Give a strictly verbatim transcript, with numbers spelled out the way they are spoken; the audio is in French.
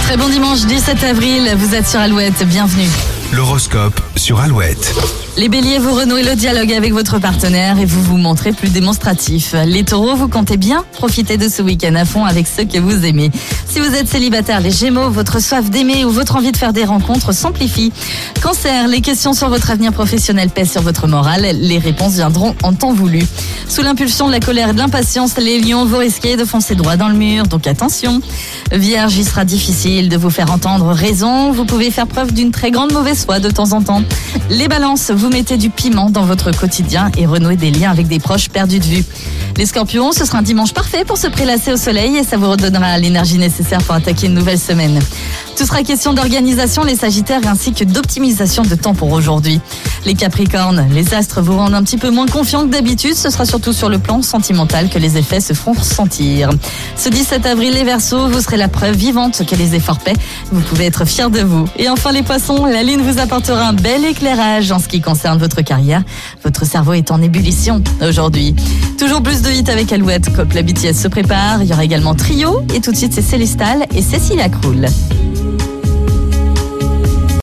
Très bon dimanche dix-sept avril, vous êtes sur Alouette, bienvenue. L'horoscope sur Alouette. Les béliers, vous renouez le dialogue avec votre partenaire et vous vous montrez plus démonstratif. Les taureaux, vous comptez bien profiter de ce week-end à fond avec ceux que vous aimez. Si vous êtes célibataire, les gémeaux, votre soif d'aimer ou votre envie de faire des rencontres s'amplifie. Cancer, les questions sur votre avenir professionnel pèsent sur votre morale. Les réponses viendront en temps voulu. Sous l'impulsion de la colère et de l'impatience, les lions, vous risquez de foncer droit dans le mur, donc attention. Vierge, il sera difficile de vous faire entendre raison. Vous pouvez faire preuve d'une très grande mauvaise foi de temps en temps. Les balances, vous mettez du piment dans votre quotidien et renouez des liens avec des proches perdus de vue. Les scorpions, ce sera un dimanche parfait pour se prélasser au soleil et ça vous redonnera l'énergie nécessaire pour attaquer une nouvelle semaine. Tout sera question d'organisation, les sagittaires, ainsi que d'optimisation de temps pour aujourd'hui. Les capricornes, les astres vous rendent un petit peu moins confiants que d'habitude. Ce sera surtout sur le plan sentimental que les effets se feront ressentir. Ce dix-sept avril, les verseaux, vous serez la preuve vivante que les efforts paient. Vous pouvez être fiers de vous. Et enfin les poissons, la lune vous apportera un bel éclairage en ce qui concerne votre carrière. Votre cerveau est en ébullition aujourd'hui. Toujours plus de hits avec Alouette. Couple B T S se prépare. Il y aura également Trio. Et tout de suite, c'est Célestal et Cécilia Krull.